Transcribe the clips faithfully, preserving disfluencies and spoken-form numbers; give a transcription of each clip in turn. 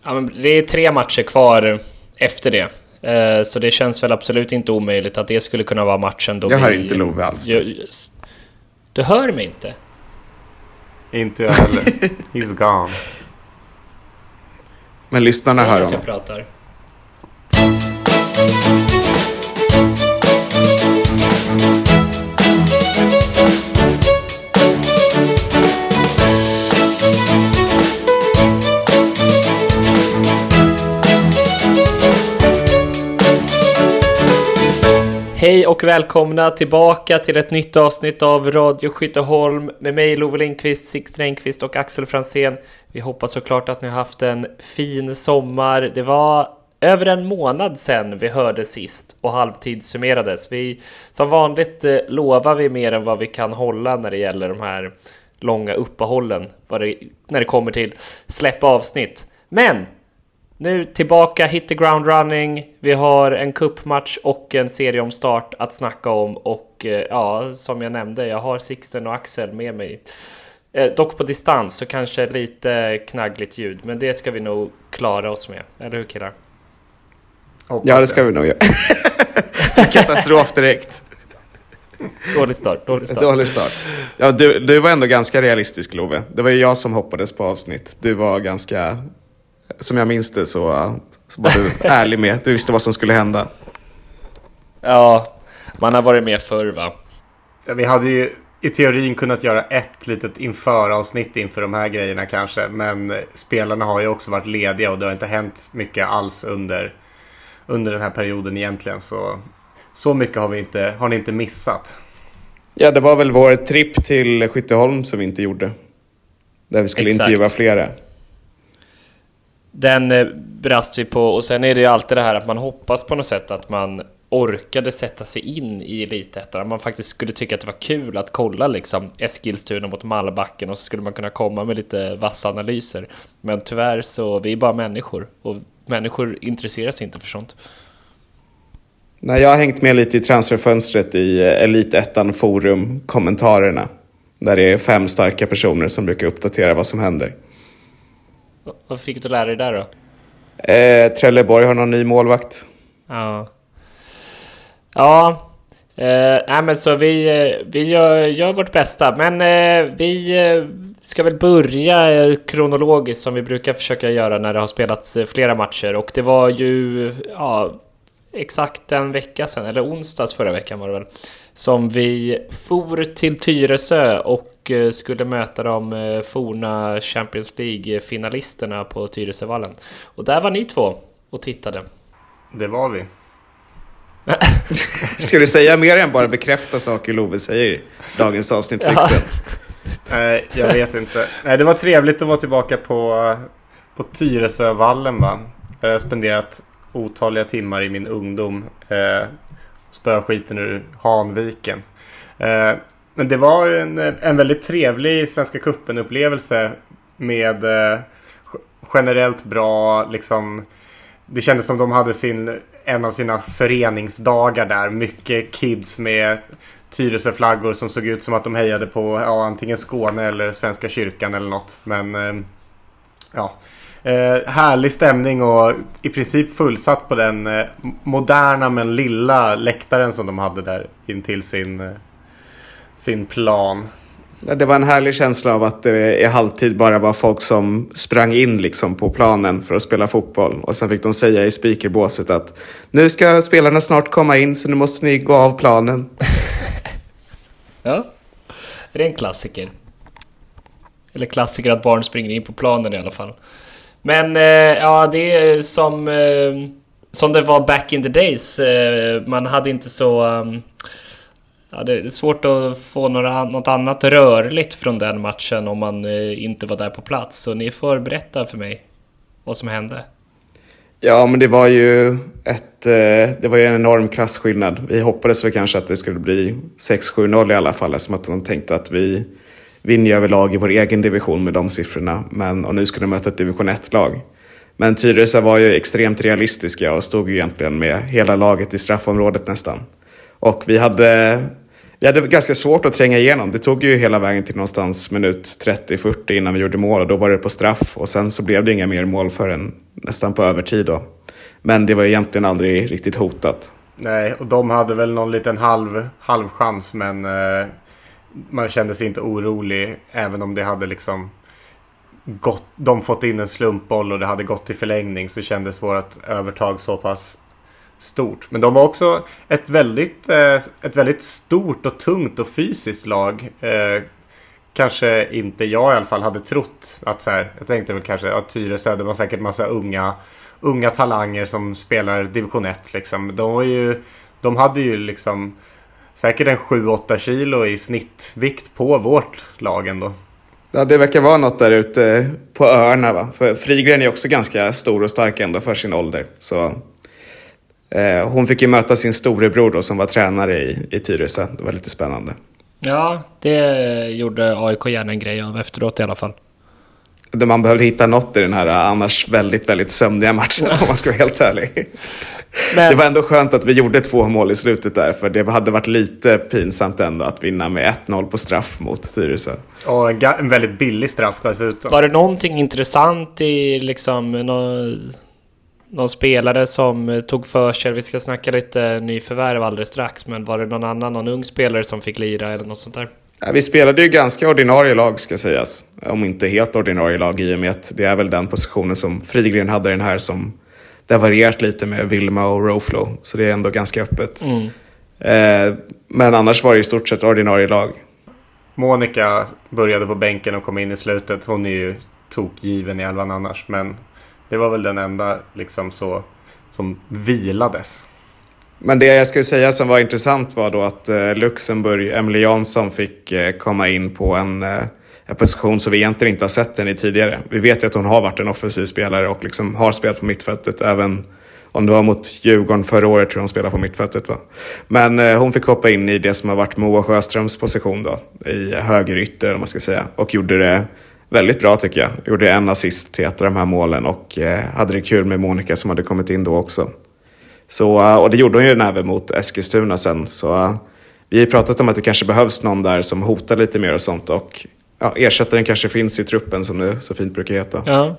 Ja, men det är tre matcher kvar efter det. Uh, så det känns väl absolut inte omöjligt att det skulle kunna vara matchen då. Jag hör vi, inte Love alls. Jag, du hör mig inte? Inte jag heller. He's gone. Men lyssnarna hör honom. Jag pratar. Hej och välkomna tillbaka till ett nytt avsnitt av Radio Skytteholm med mig Love Lindqvist, Sixten Engqvist och Axel Franzén. Vi hoppas såklart att ni har haft en fin sommar. Det var över en månad sedan vi hörde sist och halvtidssummerades. Vi, som vanligt eh, lovar vi mer än vad vi kan hålla när det gäller de här långa uppehållen vad det, när det kommer till släppa avsnitt. Men nu tillbaka, hit the ground running. Vi har en cupmatch och en serieomstart att snacka om. Och ja, som jag nämnde, jag har Sixten och Axel med mig. eh, Dock på distans, så kanske lite knaggligt ljud. Men det ska vi nog klara oss med. Eller hur, killar? Ja, det ska vi nog göra. Katastrof direkt. Dålig start, dålig start. Dålig start. Ja, du, du var ändå ganska realistisk, Love. Det var ju jag som hoppades på avsnitt. Du var ganska... Som jag minns det så, så var du ärlig med. Du visste vad som skulle hända. Ja, man har varit med förr, va? Ja, vi hade ju i teorin kunnat göra ett litet inför-avsnitt inför de här grejerna kanske. Men spelarna har ju också varit lediga och det har inte hänt mycket alls under, under den här perioden egentligen. Så, så mycket har, vi inte, har ni inte missat. Ja, det var väl vår tripp till Skytteholm som vi inte gjorde. Där vi skulle Exakt. intervjua flera. Den eh, brast vi på, och sen är det ju alltid det här att man hoppas på något sätt att man orkade sätta sig in i Elitettan. Att man faktiskt skulle tycka att det var kul att kolla liksom Eskilstuna mot Mallbacken, och så skulle man kunna komma med lite vassa analyser. Men tyvärr så, vi är bara människor, och människor intresserar sig inte för sånt. Nej, jag har hängt med lite i transferfönstret i Elitettan forum kommentarerna. Där det är fem starka personer som brukar uppdatera vad som händer. Vad fick du lära dig där då? Eh, Trelleborg har någon ny målvakt. Ja. Ja. Eh, nej men så vi, vi gör, gör vårt bästa. Men eh, vi eh, ska väl börja eh, kronologiskt som vi brukar försöka göra när det har spelats eh, flera matcher. Och det var ju ja, exakt en vecka sedan, eller onsdags förra veckan var det väl, som vi for till Tyresö och skulle möta de forna Champions League-finalisterna på Tyresövallen. Och där var ni två och tittade. Det var vi. Ska du säga mer än bara bekräfta saker Love säger i dagens avsnitt sexton? Nej, jag vet inte. Nej, det var trevligt att vara tillbaka på, på Tyresövallen, va? Jag har spenderat otaliga timmar i min ungdom. Eh, spöskiten ur Hanviken. Eh, men det var en, en väldigt trevlig Svenska Cupen-upplevelse med eh, generellt bra, liksom, det kändes som de hade sin, en av sina föreningsdagar där. Mycket kids med Tyresöflaggor som såg ut som att de hejade på ja, antingen Skåne eller Svenska kyrkan eller något. Men eh, ja, eh, härlig stämning och i princip fullsatt på den eh, moderna men lilla läktaren som de hade där intill sin, eh, sin plan. Ja, det var en härlig känsla av att det i halvtid bara var folk som sprang in liksom på planen för att spela fotboll. Och sen fick de säga i speakerbåset att nu ska spelarna snart komma in så nu måste ni gå av planen. Ja, det är en klassiker. Eller klassiker att barn springer in på planen i alla fall. Men eh, ja, det är som, eh, som det var back in the days. Eh, man hade inte så... Um, ja, det är svårt att få några, något annat rörligt från den matchen om man eh, inte var där på plats. Så ni får berätta för mig vad som hände. Ja, men det var ju ett, eh, det var ju en enorm klassskillnad. Vi hoppades väl kanske att det skulle bli sex sju noll i alla fall. Eftersom att de tänkte att vi vinner överlag i vår egen division med de siffrorna. Men, och nu skulle de möta ett division ett-lag. Men Tyresö var ju extremt realistiska och stod ju egentligen med hela laget i straffområdet nästan. Och vi hade, vi hade ganska svårt att tränga igenom. Det tog ju hela vägen till någonstans minut trettio fyrtio innan vi gjorde mål. Och då var det på straff. Och sen så blev det inga mer mål förrän nästan på övertid då. Men det var egentligen aldrig riktigt hotat. Nej, och de hade väl någon liten halv, halv chans, men eh, man kände sig inte orolig, även om det hade liksom gått, de fått in en slumpboll och det hade gått till förlängning, så kändes vårt övertag så pass stort. Men de var också ett väldigt, eh, ett väldigt stort och tungt och fysiskt lag. Eh, kanske inte jag i alla fall hade trott att så här, jag tänkte väl kanske att Tyresö, det var säkert massa unga unga talanger som spelar division ett liksom. De var ju, de hade ju liksom säkert en sju åtta kilo i snittvikt på vårt lag ändå. Ja, det verkar vara något där ute på öarna, va? För Frigren är också ganska stor och stark ändå för sin ålder. Så eh, hon fick ju möta sin storebror då, som var tränare i, i Tyresö. Det var lite spännande. Ja, det gjorde A I K gärna en grej av efteråt i alla fall. Man behövde hitta något i den här annars väldigt, väldigt sömniga matchen, om man ska vara helt ärlig. Men det var ändå skönt att vi gjorde två mål i slutet där, för det hade varit lite pinsamt ändå att vinna med ett noll på straff mot Tyresö. Och en, ga- en väldigt billig straff dessutom. Var det någonting intressant i liksom någon, någon spelare som tog för sig? Vi ska snacka lite nyförvärv alldeles strax, men var det någon annan, någon ung spelare som fick lira eller något sånt där? Ja, vi spelade ju ganska ordinarie lag, ska sägas. Om inte helt ordinarie lag, i och med att det är väl den positionen som Frigren hade den här, som det har varierat lite med Vilma och Roflo. Så det är ändå ganska öppet. Mm. Eh, men annars var det i stort sett ordinarie lag. Monica började på bänken och kom in i slutet. Hon är ju tokgiven i elvan annars. Men det var väl den enda liksom så som vilades. Men det jag skulle säga som var intressant var då att eh, Luxemburg, Emily Jansson, fick eh, komma in på en, eh, en position som vi egentligen inte har sett henne i tidigare. Vi vet ju att hon har varit en offensiv spelare och liksom har spelat på mittfältet, även om det var mot Djurgården förra året, tror jag hon spelade på mittfältet, va? Men eh, hon fick hoppa in i det som har varit Moa Sjöströms position då, i högerytter, eller man ska säga, och gjorde det väldigt bra, tycker jag. Gjorde en assist till ett av de här målen och eh, hade det kul med Monica som hade kommit in då också. Så, och det gjorde hon ju även mot Eskilstuna sen. Så uh, vi har pratat om att det kanske behövs någon där som hotar lite mer och sånt. Och ja, ersättaren kanske finns i truppen, som det så fint brukar heta. Ja.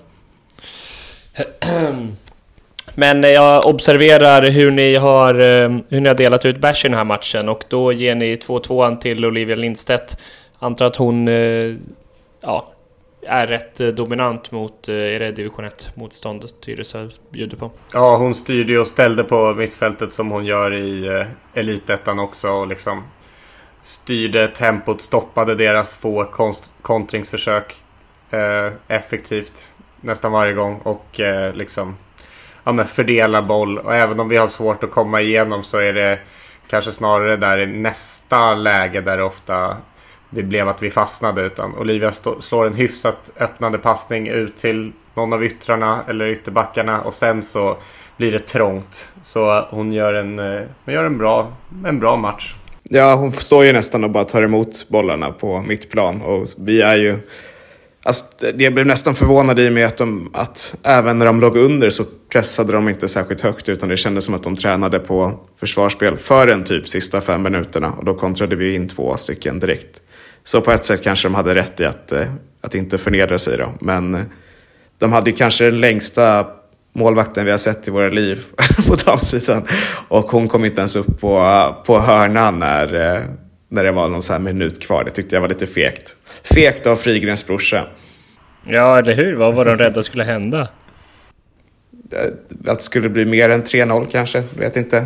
Men jag observerar hur ni har hur ni har delat ut bärs i den här matchen. Och då ger ni två två till Olivia Lindstedt. Antar att hon ja, är rätt dominant mot är det division ett-motstånd Tyresö bjuder på. Ja, hon styrde och ställde på mittfältet som hon gör i eh, elitettan också, och liksom styrde tempot, stoppade deras få konst- kontringsförsök eh, effektivt nästan varje gång, och eh, liksom ja, men fördela boll. Och även om vi har svårt att komma igenom, så är det kanske snarare där i nästa läge där det ofta det blev att vi fastnade, utan Olivia stå, slår en hyfsat öppnande passning ut till någon av yttrarna eller ytterbackarna, och sen så blir det trångt. Så hon gör en, hon gör en, bra, en bra match. Ja, hon står ju nästan och bara tar emot bollarna på mittplan, och vi är ju... Alltså, jag blev nästan förvånad i med att, de, att även när de låg under så pressade de inte särskilt högt, utan det kändes som att de tränade på försvarsspel för en typ sista fem minuterna, och då kontrade vi in två stycken direkt. Så på ett sätt kanske de hade rätt i att, att inte förnedra sig då. Men de hade kanske den längsta målvakten vi har sett i våra liv på damsidan. Och hon kom inte ens upp på, på hörnan när, när det var någon så här minut kvar. Det tyckte jag var lite fegt. Fegt av Frigrens brorsa. Ja, eller hur? Vad var de rädda skulle hända? Att det skulle bli mer än tre noll kanske, vet inte.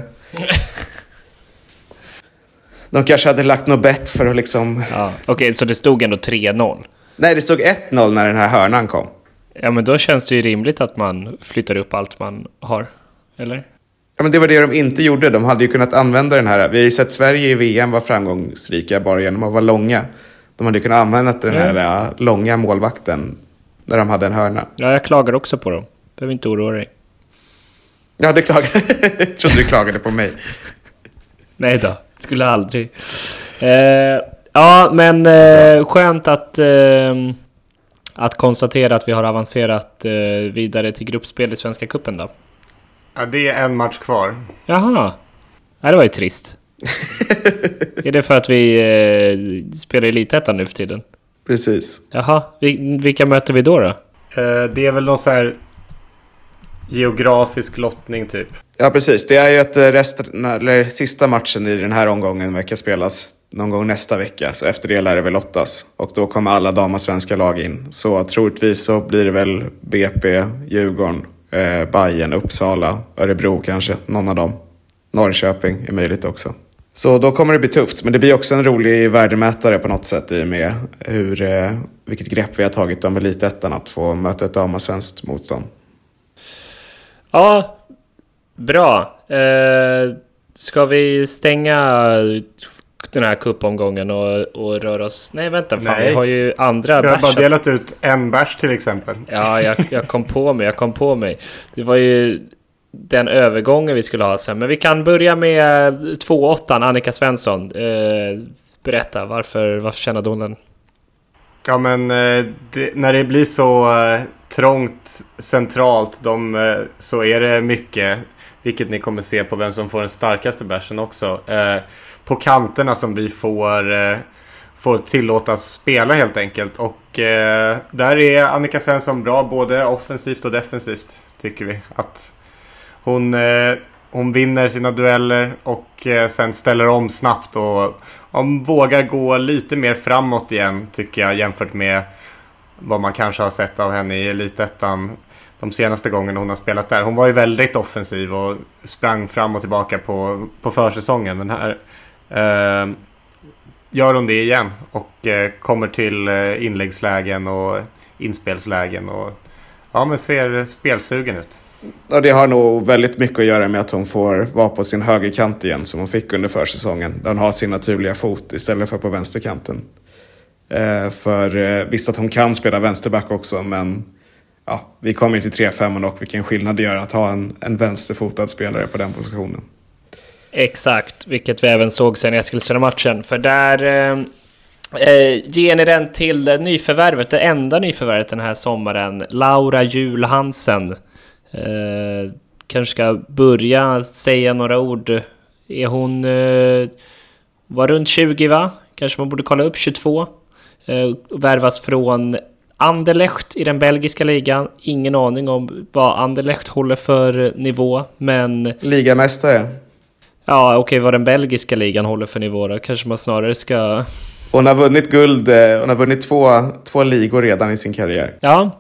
De kanske hade lagt något bett för att liksom... Ja, okej, okay, så det stod ändå tre noll? Nej, det stod ett noll när den här hörnan kom. Ja, men då känns det ju rimligt att man flyttar upp allt man har, eller? Ja, men det var det de inte gjorde. De hade ju kunnat använda den här... Vi har ju sett Sverige i V M var framgångsrika bara genom att vara långa. De hade kunnat använda den här mm. långa målvakten när de hade en hörna. Ja, jag klagar också på dem. Behöver inte oroa dig. Ja, det klagade. Jag trodde du klagade på mig. Nej då, skulle aldrig. Eh, ja, men eh, skönt att, eh, att konstatera att vi har avancerat eh, vidare till gruppspel i Svenska cupen då. Ja, det är en match kvar. Jaha, ja, det var ju trist. Är det för att vi eh, spelar elitettan nu för tiden? Precis. Jaha, Vil- vilka möter vi då då? Eh, det är väl någon så här geografisk lottning typ. Ja, precis. Det är ju att resten, eller sista matchen i den här omgången verkar spelas någon gång nästa vecka. Så efter det lär det väl lottas. Och då kommer alla damallsvenska lag in. Så troligtvis så blir det väl B P, Djurgården, eh, Bayern, Uppsala, Örebro kanske. Någon av dem. Norrköping är möjligt också. Så då kommer det bli tufft. Men det blir också en rolig värdemätare på något sätt i och med hur, eh, vilket grepp vi har tagit om elitettan att få möta ett damallsvenskt motstånd. Ja, bra. Eh, ska vi stänga den här cupomgången och, och röra oss? Nej, vänta. Fan, Nej. Vi har ju andra Vi har bärs. bara delat ut en bärs till exempel. Ja, jag, jag kom på mig. Jag kom på mig. Det var ju den övergången vi skulle ha sen. Men vi kan börja med två åttan, Annika Svensson. Eh, berätta, varför, varför känner hon den? Ja, men eh, det, när det blir så eh, trångt centralt de, eh, så är det mycket, vilket ni kommer se på vem som får den starkaste bärsen också. Eh, på kanterna som vi får, eh, får tillåtas spela helt enkelt. Och eh, där är Annika Svensson bra både offensivt och defensivt, tycker vi. Att hon, eh, hon vinner sina dueller och eh, sen ställer om snabbt och hon vågar gå lite mer framåt igen, tycker jag, jämfört med vad man kanske har sett av henne i elitettan de senaste gångerna hon har spelat där. Hon var ju väldigt offensiv och sprang fram och tillbaka på, på försäsongen. Men här eh, gör hon det igen och eh, kommer till eh, inläggslägen och inspelslägen och ja, men ser spelsugen ut. Ja, det har nog väldigt mycket att göra med att hon får vara på sin högerkant igen som hon fick under försäsongen. Där hon har sin naturliga fot istället för på vänsterkanten. Eh, för eh, visst att hon kan spela vänsterback också, men ja, vi kommer till tre fem och vilken skillnad det gör att ha en, en vänsterfotad spelare på den positionen. Exakt, vilket vi även såg sen i Eskilstuna-matchen. För där eh, eh, ger ni den till det nyförvärvet, det enda nyförvärvet den här sommaren, Laura Juhl Hansen. Eh, kanske ska börja säga några ord. Är hon eh, var runt tjugo, va? Kanske man borde kolla upp, tjugotvå. Eh, värvas från Anderlecht i den belgiska ligan. Ingen aning om vad Anderlecht håller för nivå, men Ligamästare. ja, okej, vad den belgiska ligan håller för nivå då. Kanske man snarare ska... Hon har vunnit guld, hon har vunnit två, två ligor redan i sin karriär. Ja,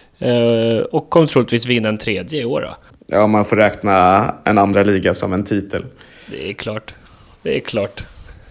och kommer troligtvis vinna en tredje i år då. Ja, man får räkna en andra liga som en titel. Det är klart. Det är klart.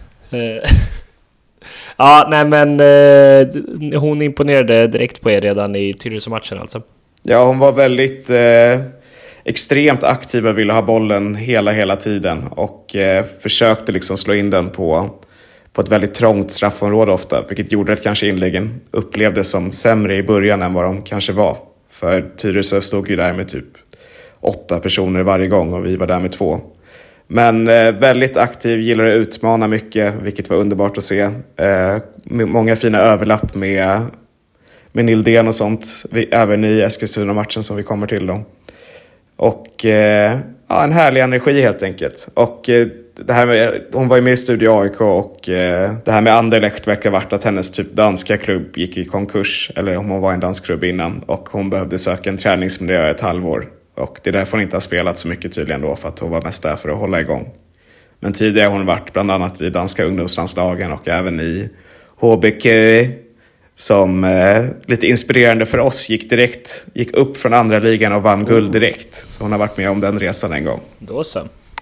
Ja, nej men hon imponerade direkt på er redan i Tyresö-matchen alltså. Ja, hon var väldigt eh, extremt aktiv och ville ha bollen hela, hela tiden. Och eh, försökte liksom slå in den på, på ett väldigt trångt straffområde ofta. Vilket gjorde att kanske inläggen upplevdes som sämre i början än vad de kanske var. För Tyresö stod ju där med typ åtta personer varje gång och vi var där med två. Men eh, väldigt aktiv, gillar att utmana mycket, vilket var underbart att se. Eh, många fina överlapp med, med Nildén och sånt, vi, även i Eskilstuna-matchen som vi kommer till då. Och eh, ja, en härlig energi helt enkelt. Och eh, det här med, hon var ju med i Studio A I K och eh, det här med Anderlecht verkar varit att hennes typ danska klubb gick i konkurs. Eller om hon var en dansk klubb innan och hon behövde söka en träningsmiljö ett halvår. Och det är därför hon inte har spelat så mycket tydligen då, för att hon var mest där för att hålla igång. Men tidigare har hon varit bland annat i danska ungdomslandslagen och även i H B K, som eh, lite inspirerande för oss gick direkt, gick upp från andra ligan och vann guld direkt. Så hon har varit med om den resan en gång. Då så.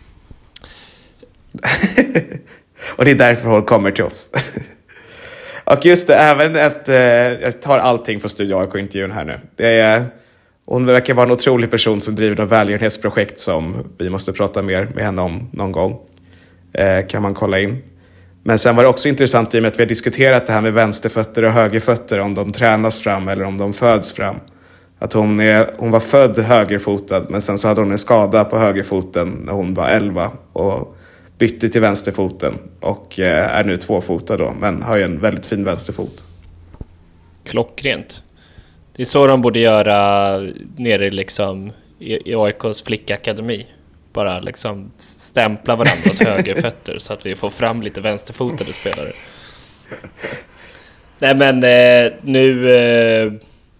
Och det är därför hon kommer till oss. Och just det, även ett, eh, jag tar allting från Studio A I K-intervjun här nu. Det är... Hon verkar vara en otrolig person som driver ett välgörenhetsprojekt som vi måste prata mer med henne om någon gång. Eh, kan man kolla in. Men sen var det också intressant i och med att vi har diskuterat det här med vänsterfötter och högerfötter. Om de tränas fram eller om de föds fram. Att hon, är, hon var född högerfotad, men sen så hade hon en skada på högerfoten när hon var elva. Och bytte till vänsterfoten och eh, är nu tvåfotad då. Men har ju en väldigt fin vänsterfot. Klockrent. Det är så de borde göra nere liksom i, i A I K:s flickakademi. Bara liksom stämpla varandras högerfötter så att vi får fram lite vänsterfotade spelare. Nej men eh, nu... Eh,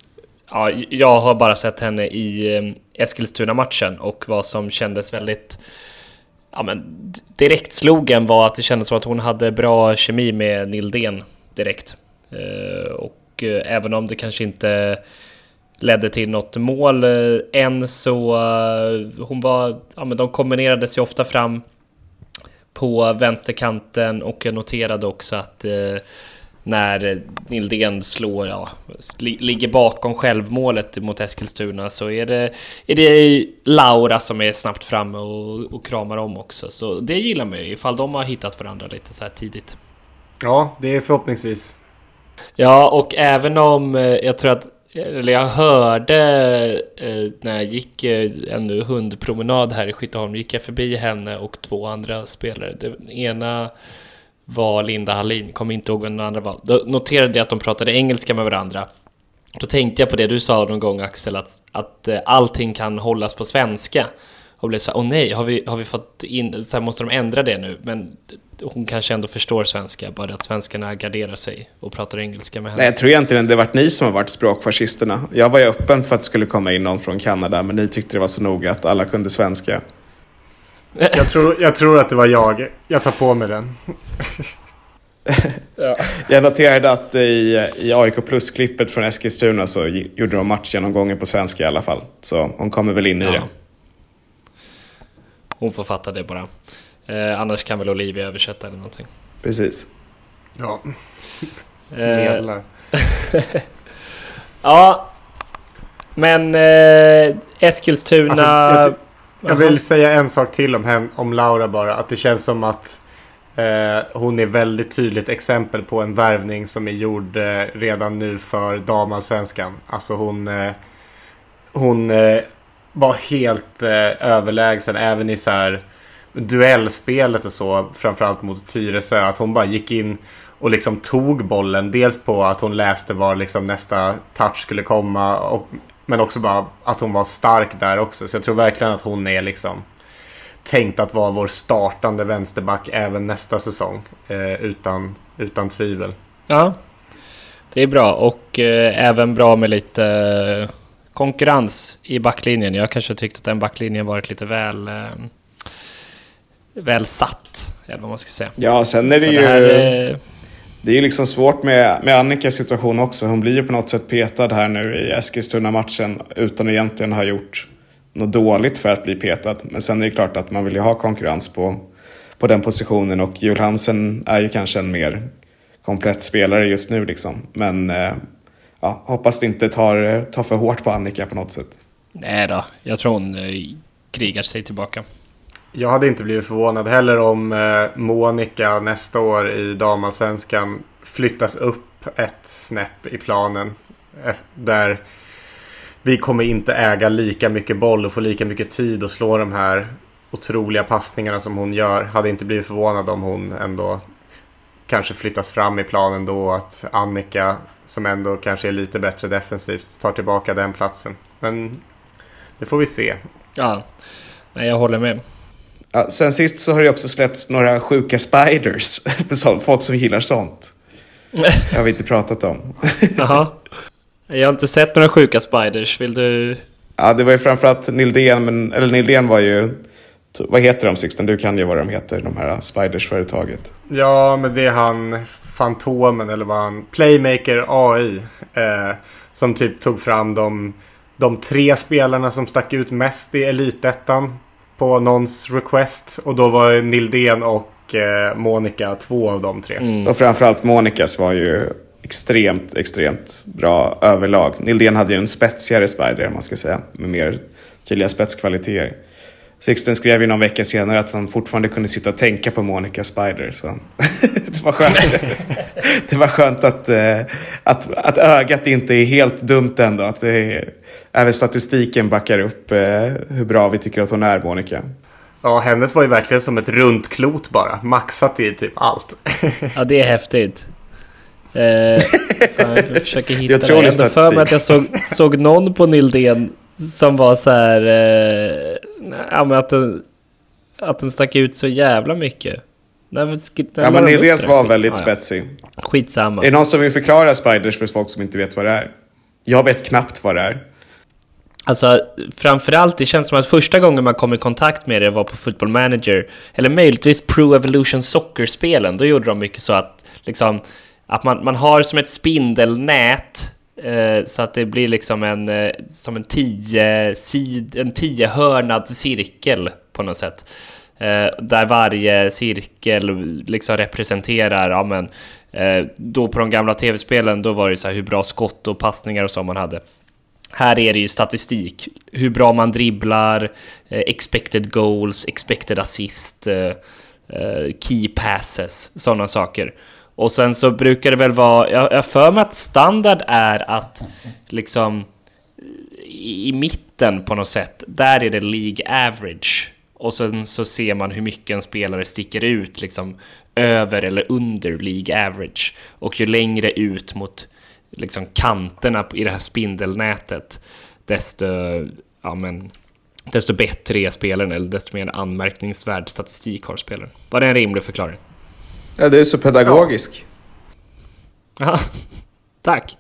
ja, jag har bara sett henne i Eskilstuna-matchen, och vad som kändes väldigt ja, men direkt slogen var att det kändes som att hon hade bra kemi med Nildén direkt. Och även om det kanske inte ledde till något mål än, så hon var, ja, men de kombinerade sig ofta fram på vänsterkanten, och jag noterade också att eh, när Nildén slår, ja, li- ligger bakom självmålet mot Eskilstuna, så är det, är det Laura som är snabbt framme och, och kramar om också. Så det gillar man ju, ifall de har hittat varandra lite så här tidigt. Ja, det är förhoppningsvis. Ja, och även om eh, jag tror att eller jag hörde eh, när jag gick eh, en hundpromenad här i Skytteholm, gick jag förbi henne och två andra spelare. Den ena var Linda Hallin, kom inte ihåg vem den andra var. Då noterade jag att de pratade engelska med varandra. Då tänkte jag på det du sa någon gång, Axel, att, att eh, allting kan hållas på svenska. Och blev så här, åh nej, har vi, har vi fått in, så här, måste de ändra det nu? Men hon kanske ändå förstår svenska, bara att svenskarna garderar sig och pratar engelska med henne. Nej, jag tror egentligen det har varit ni som har varit språkfascisterna. Jag var ju öppen för att det skulle komma in någon från Kanada, men ni tyckte det var så noga att alla kunde svenska. Jag tror, jag tror att det var jag. Jag tar på mig den. Ja. Jag noterade att i, i A I K Plus-klippet från Eskilstuna så gjorde de matchgenomgången på svenska i alla fall. Så hon kommer väl in i ja. det. Hon får fatta det bara. Eh, annars kan väl Olivia översätta eller någonting. Precis. Ja. Eh, ja. Men eh, Eskilstuna... Alltså, jag, ty- jag vill säga en sak till om, henne, om Laura bara. Att det känns som att eh, hon är väldigt tydligt exempel på en värvning som är gjord eh, redan nu för damallsvenskan. Alltså hon... Eh, hon... Eh, var helt eh, överlägsen även i så här duellspelet och så, framförallt mot Tyresö, att hon bara gick in och liksom tog bollen, dels på att hon läste var liksom nästa touch skulle komma, och, men också bara att hon var stark där också. Så jag tror verkligen att hon är liksom tänkt att vara vår startande vänsterback även nästa säsong, eh, utan, utan tvivel. Ja, det är bra, och eh, även bra med lite eh, konkurrens i backlinjen. Jag kanske tyckte att den backlinjen varit lite väl eh, väl satt, eller vad man ska säga. Ja, sen är det Så ju det, här, eh... det är ju liksom svårt med, med Annikas situation också. Hon blir ju på något sätt petad här nu i Eskilstuna-matchen utan att egentligen ha gjort något dåligt för att bli petad. Men sen är det klart att man vill ju ha konkurrens på, på den positionen, och Jules Hansen är ju kanske en mer komplett spelare just nu liksom. Men eh, ja, hoppas det inte tar, tar för hårt på Annika på något sätt. Nej då, jag tror hon eh, krigar sig tillbaka. Jag hade inte blivit förvånad heller om eh, Monica nästa år i damallsvenskan flyttas upp ett snäpp i planen. Där vi kommer inte äga lika mycket boll och få lika mycket tid att slå de här otroliga passningarna som hon gör. Hade inte blivit förvånad om hon ändå kanske flyttas fram i planen då, att Annika, som ändå kanske är lite bättre defensivt, tar tillbaka den platsen. Men det får vi se. Ja, nej, jag håller med. Ja, sen sist så har det också släppts några sjuka spiders för folk som gillar sånt. Det har vi inte pratat om. Jaha. Jag har inte sett några sjuka spiders. Vill du... Ja, det var ju framförallt Nildén, men, eller Nildén var ju... Vad heter de, Sixten? Du kan ju vad de heter, de här spiders-företaget. Ja, men det är han Fantomen, eller vad han... Playmaker A I. Eh, som typ tog fram de, de tre spelarna som stack ut mest i Elitettan på någons request. Och då var Nildén och eh, Monica två av de tre. Mm. Och framförallt Monicas var ju extremt, extremt bra överlag. Nildén hade ju en spetsigare spider, man ska säga, med mer tydliga spetskvaliteter. Sixten skrev ju någon vecka senare att han fortfarande kunde sitta och tänka på Monica Spider, så det var skönt. Det var skönt att, att, att ögat inte är helt dumt ändå, att det är, även statistiken backar upp hur bra vi tycker att hon är, Monica. Ja, hennes var ju verkligen som ett runt klot bara, maxat i typ allt. Ja, det är häftigt. Eh, fan, jag försöker hitta jag det. tror Jag hade för mig att jag såg, såg någon på Nildén som var så här eh, ja, men att den, att den stack ut så jävla mycket. När, när ja, men Nildéns var väldigt ja, spetsig. Skitsamma. Är det någon som vill förklara spiders för folk som inte vet vad det är? Jag vet knappt vad det är. Alltså framförallt, det känns som att första gången man kom i kontakt med det var på Football Manager, eller möjligtvis Pro Evolution Soccer-spelen. Då gjorde de mycket så att liksom, att man, man har som ett spindelnät, eh, så att det blir liksom en eh, som en tio sid, en tiohörnad cirkel på något sätt, eh, där varje cirkel liksom representerar, ja men eh, då på de gamla tv-spelen då var det så här hur bra skott och passningar och så man hade. Här är det ju statistik, hur bra man dribblar, eh, expected goals, expected assist, eh, eh, key passes, sådana saker. Och sen så brukar det väl vara, jag har för mig att standard är att liksom i, i mitten på något sätt, där är det League average. Och sen så ser man hur mycket en spelare sticker ut liksom över eller under League average. Och ju längre ut mot liksom kanterna i det här spindelnätet, desto, ja men, desto bättre är spelaren, eller desto mer anmärkningsvärd statistik har spelaren. Var det en rimlig förklaring? Ja, det är så pedagogisk. Ja, tack.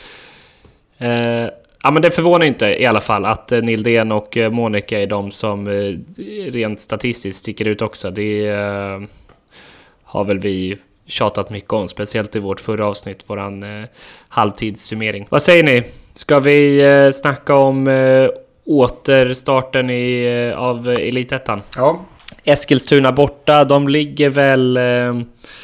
Eh, ja, men det förvånar inte i alla fall att eh, Nildén och eh, Monica är de som eh, rent statistiskt sticker ut också. Det eh, har väl vi tjatat mycket om, speciellt i vårt förra avsnitt, våran eh, halvtidssummering. Vad säger ni? Ska vi eh, snacka om eh, återstarten i, eh, av Elitettan? Ja. Eskilstuna borta, de ligger väl eh,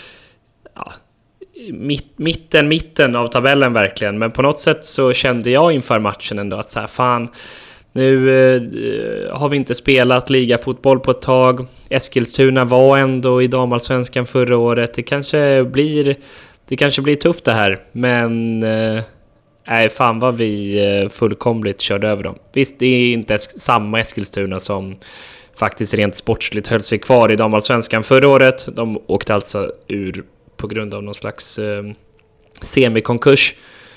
ja, mitt, mitten, mitten av tabellen verkligen. Men på något sätt så kände jag inför matchen ändå att så här, fan, nu eh, har vi inte spelat ligafotboll på ett tag. Eskilstuna var ändå i damallsvenskan förra året. Det kanske blir, det kanske blir tufft det här. Men eh, nej, fan vad vi eh, fullkomligt körde över dem. Visst, det är inte es- samma Eskilstuna som faktiskt rent sportsligt höll sig kvar i damallsvenskan förra året. De åkte alltså ur på grund av någon slags eh, semikonkurs.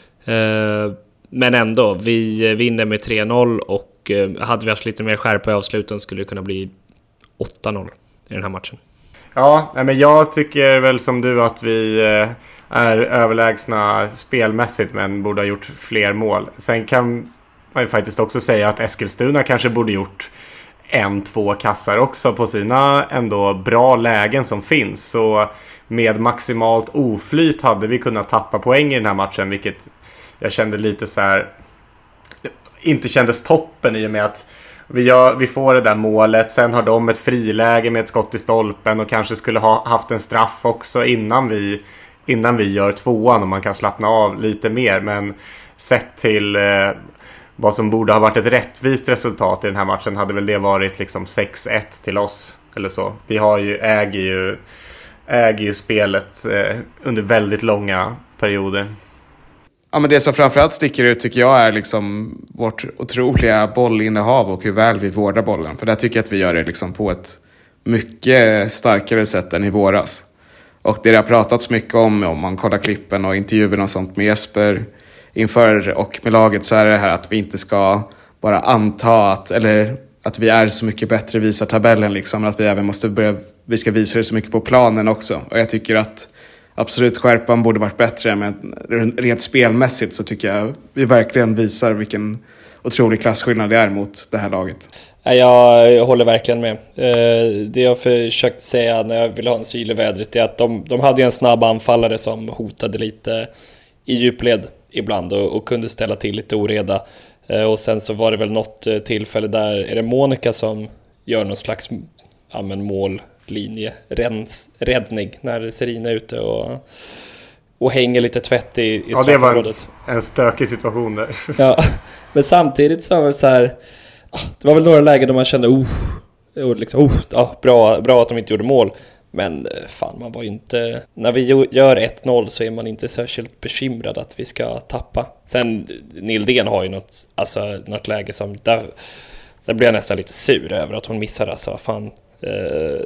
Eh, men ändå, vi vinner med tre noll och eh, hade vi haft lite mer skärpa i avsluten skulle det kunna bli åtta noll i den här matchen. Ja, men jag tycker väl som du att vi är överlägsna spelmässigt men borde ha gjort fler mål. Sen kan man ju faktiskt också säga att Eskilstuna kanske borde gjort en, två kassar också på sina ändå bra lägen som finns. Så med maximalt oflyt hade vi kunnat tappa poäng i den här matchen, vilket jag kände lite så här inte kändes toppen i och med att vi, gör, vi får det där målet. Sen har de ett friläge med ett skott i stolpen och kanske skulle ha haft en straff också innan vi, innan vi gör tvåan och man kan slappna av lite mer. Men sett till eh, vad som borde ha varit ett rättvist resultat i den här matchen hade väl det varit liksom sex ett till oss eller så. Vi har ju, äger ju äger ju spelet eh, under väldigt långa perioder. Ja, men det som framförallt sticker ut tycker jag är liksom vårt otroliga bollinnehav och hur väl vi vårdar bollen. För där tycker jag att vi gör det liksom på ett mycket starkare sätt än i våras. Och det har pratats mycket om, om man kollar klippen och intervjuerna och sånt med Jesper inför och med laget, så är det här att vi inte ska bara anta att, eller att vi är så mycket bättre visar tabellen liksom, att vi även måste börja, vi ska visa det så mycket på planen också. Och jag tycker att absolut skärpan borde varit bättre, men rent spelmässigt så tycker jag vi verkligen visar vilken otrolig klassskillnad det är mot det här laget. Jag håller verkligen med. Det jag försökt säga när jag ville ha en syl i vädret är att de, de hade en snabb anfallare som hotade lite i djupled ibland och, och kunde ställa till lite oreda. Och sen så var det väl något tillfälle där är det Monica som gör någon slags ja, men mållinje rens, räddning när Serina är ute och, och hänger lite tvätt i, i ja, det var en, en stökig situation där. Ja, men samtidigt så var det så här, det var väl några lägen då man kände oh, liksom, oh ja, bra, bra att de inte gjorde mål. Men fan, man var inte, när vi gör ett noll så är man inte särskilt bekymrad att vi ska tappa. Sen Nildén har ju något, alltså, något läge som där, där blir jag nästan lite sur över att hon missar. Alltså, fan, eh,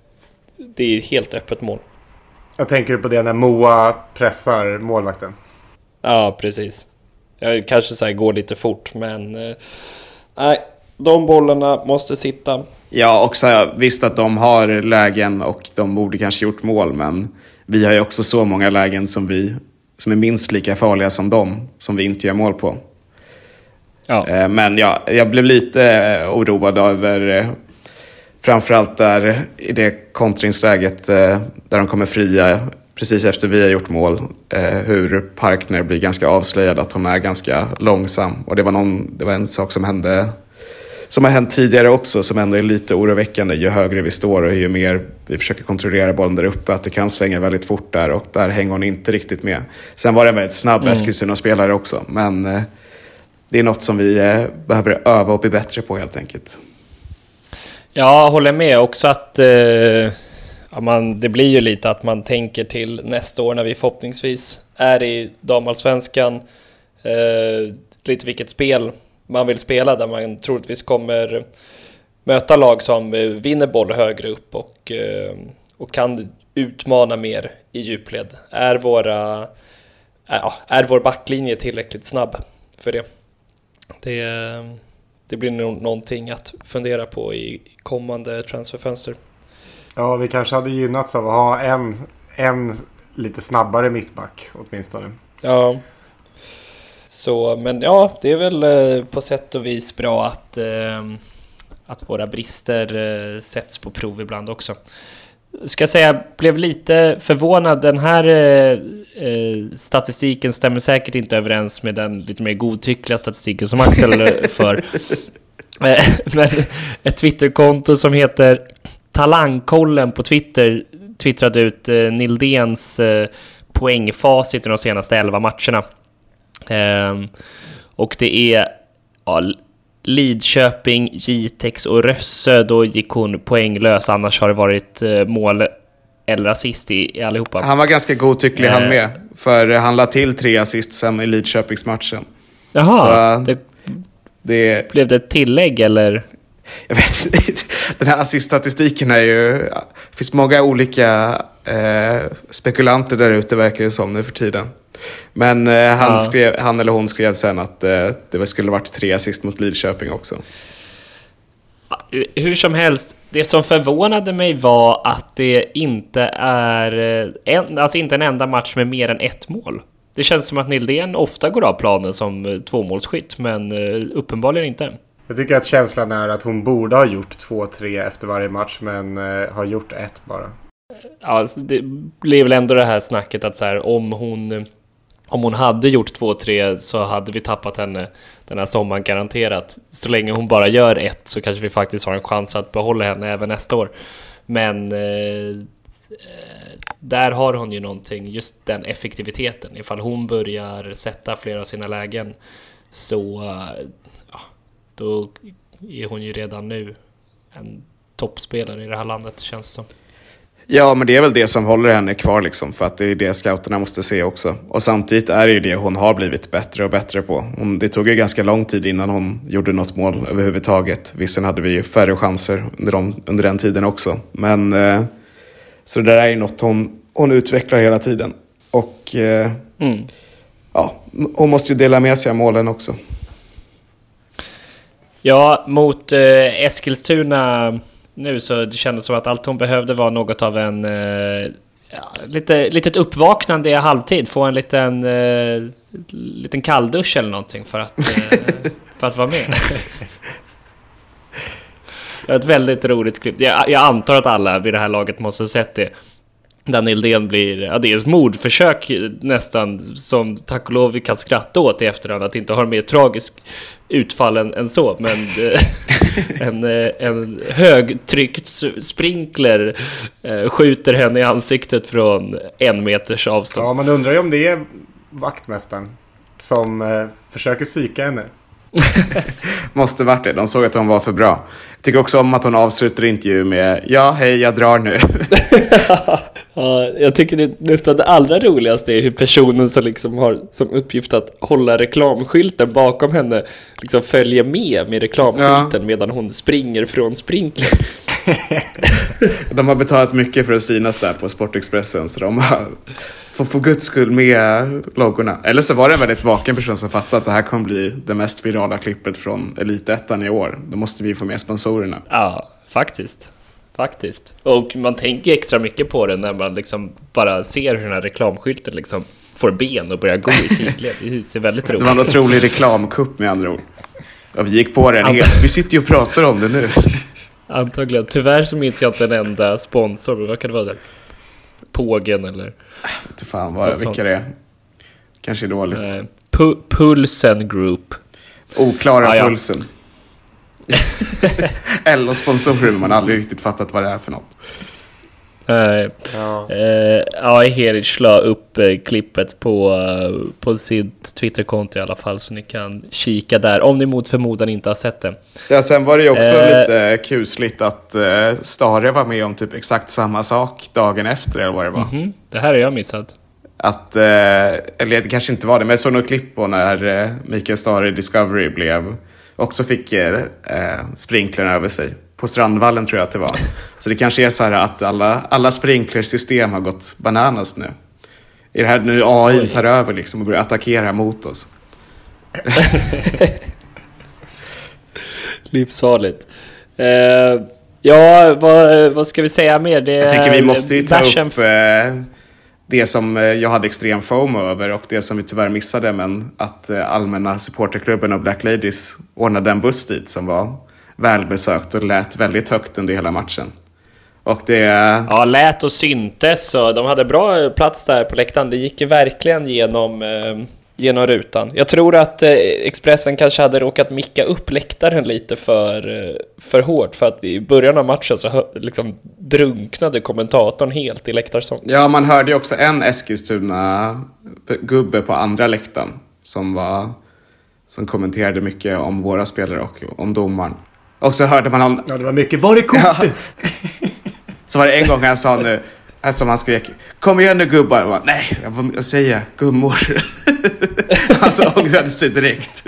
det är helt öppet mål. Jag tänker på det när Moa pressar målvakten. Ja, precis. Jag kanske så här går lite fort, men eh, nej, de bollarna måste sitta. Ja, också visst att de har lägen och de borde kanske gjort mål, men vi har ju också så många lägen som vi som är minst lika farliga som dem som vi inte gör mål på. Ja. Men ja, jag blev lite oroad över framförallt där i det kontringsläget där de kommer fria precis efter vi har gjort mål, hur Parkner blir ganska avslöjad att hon är ganska långsam. Och det var, någon, det var en sak som hände som har hänt tidigare också, som ändå är lite oroväckande ju högre vi står och ju mer vi försöker kontrollera bollen där uppe, att det kan svänga väldigt fort där, och där hänger hon inte riktigt med. Sen var det en väldigt snabb mm. Eskilstuna-spelare också, men eh, det är något som vi eh, behöver öva och bli bättre på helt enkelt. Ja, jag håller med också att eh, ja, man, det blir ju lite att man tänker till nästa år när vi förhoppningsvis är i damallsvenskan, eh, lite vilket spel man vill spela, där man troligtvis kommer möta lag som vinner boll högre upp och, och kan utmana mer i djupled. Är, våra, ja, är vår backlinje tillräckligt snabb för det? Det, det blir nog någonting att fundera på i kommande transferfönster. Ja, vi kanske hade gynnats av att ha en, en lite snabbare mittback åtminstone. Ja. Så, men ja, det är väl eh, på sätt och vis bra att, eh, att våra brister eh, sätts på prov ibland också. Ska säga, jag blev lite förvånad. Den här eh, eh, statistiken stämmer säkert inte överens med den lite mer godtyckliga statistiken som Axel för. Eh, men ett Twitterkonto som heter Talangkollen på Twitter twittrade ut eh, Nildens eh, poängfacit i de senaste elva matcherna. Um, och det är ja, Lidköping, Jitex och Rössö. Då gick hon poänglös, annars har det varit uh, mål eller assist i, i allihopa. Han var ganska godtycklig uh, han med, för han la till tre assist sen i Lidköpingsmatchen. Jaha, Så, det, det... blev det ett tillägg eller? Jag vet inte. Den här assiststatistiken är ju, det finns många olika eh, spekulanter där ute, verkar det som nu för tiden. Men eh, han, ja. skrev, han eller hon skrev sen att eh, det skulle varit tre assist mot Lidköping också. Hur som helst, det som förvånade mig var att det inte är en, alltså inte en enda match med mer än ett mål. Det känns som att Nildén ofta går av planen som tvåmålsskytt, men eh, uppenbarligen inte. Jag tycker att känslan är att hon borde ha gjort två, tre efter varje match, men eh, har gjort ett bara. Ja, alltså det blev väl ändå det här snacket att så här, om hon om hon hade gjort två, tre så hade vi tappat henne den här sommaren garanterat. Så länge hon bara gör ett så kanske vi faktiskt har en chans att behålla henne även nästa år. Men eh, där har hon ju någonting, just den effektiviteten. Ifall hon börjar sätta flera av sina lägen så ja, då är hon ju redan nu en toppspelare i det här landet, känns det som. Ja, men det är väl det som håller henne kvar liksom, för att det är det scouterna måste se också. Och samtidigt är det ju det hon har blivit bättre och bättre på. Hon, det tog ju ganska lång tid innan hon gjorde något mål överhuvudtaget. Visst hade vi ju färre chanser under, de, under den tiden också. Men eh, så det där är ju något hon, hon utvecklar hela tiden. Och eh, mm. ja, hon måste ju dela med sig av målen också. Ja, mot eh, Eskilstuna nu så det kändes som att allt hon behövde var något av en eh, ja, lite, litet uppvaknande i halvtid. Få en liten, eh, liten kalldusch eller någonting för att, eh, för att vara med. Det var ett väldigt roligt klipp. Jag, jag antar att alla vid det här laget måste ha sett det. Där Nildén blir, ja, det är ett mordförsök nästan, som tack och lov vi kan skratta åt i efterhand, att inte ha mer tragisk utfall än, än så, men en, en högtryckt sprinkler eh, skjuter henne i ansiktet från en meters avstånd. Ja, man undrar ju om det är vaktmästaren som eh, försöker psyka henne. Måste varit det, de såg att hon var för bra. Jag tycker också om att hon avslutar intervju med ja, hej, jag drar nu. Ja, jag tycker det nästan det allra roligaste är hur personen som liksom har som uppgift att hålla reklamskylten bakom henne liksom följer med med reklamskylten, ja, medan hon springer från sprinkler. De har betalat mycket för att synas där på Sportexpressen, så de har får för guds skull med loggorna. Eller så var det en väldigt vaken person som fattade att det här kommer bli det mest virala klippet från Elitettan i år. Då måste vi få med sponsorerna. Ja, faktiskt. Faktiskt. Och man tänker extra mycket på det när man liksom bara ser hur den här reklamskylten liksom får ben och börjar gå i sidled. Det ser väldigt roligt. Det var en otrolig reklamkupp med andra ord. Ja, vi gick på den helt. Vi sitter ju och pratar om det nu. Antagligen. Tyvärr så minns jag inte en enda sponsor. Men vad kan det vara där? Pågen eller... Jag vet inte fan vad, vilka sånt. Det är. Kanske är dåligt. Eh, pu- Pulsen Group. Oklara ah, ja. Pulsen. Eller sponsorer, man har aldrig riktigt fattat vad det är för något. Uh, ja, uh, ja Heric la upp uh, klippet på, uh, på sitt Twitterkonto i alla fall, så ni kan kika där om ni mot förmodan inte har sett det. Ja, sen var det ju också uh, lite kusligt att uh, Stare var med om typ exakt samma sak dagen efter, eller vad det var. Mm-hmm. Det här har jag missat. Att, uh, eller det kanske inte var det, men jag såg något klipp på när uh, Mikael Stare i Discovery blev, också fick uh, sprinklerna över sig. På Strandvallen tror jag att det var. Så det kanske är så här att alla, alla sprinklersystem har gått bananas nu. Är det här nu A I tar över liksom och börjar attackera mot oss? Livsfarligt. Uh, ja, vad, vad ska vi säga mer? Det jag tycker vi måste ju ta Basham... upp uh, det som uh, jag hade extrem FOMO över och det som vi tyvärr missade, men att uh, allmänna supporterklubben och Black Ladies ordnade en buss dit som var välbesökt och lät väldigt högt under hela matchen. Och det... Ja, lät och syntes, och de hade bra plats där på läktaren. Det gick ju verkligen genom, eh, genom rutan. Jag tror att eh, Expressen kanske hade råkat micka upp läktaren lite för, eh, för hårt, för att i början av matchen så liksom drunknade kommentatorn helt i läktarsång. Ja, man hörde ju också en Eskilstuna-gubbe på andra läktaren som var som kommenterade mycket om våra spelare och om domaren. Och så hörde man om... Ja, det var mycket. Var är kortet? Ja. Så var det en gång han sa nu, här som han skrek, kom igen nu gubbar. Bara, nej, jag får säga gummor. Han så ångrade sig direkt.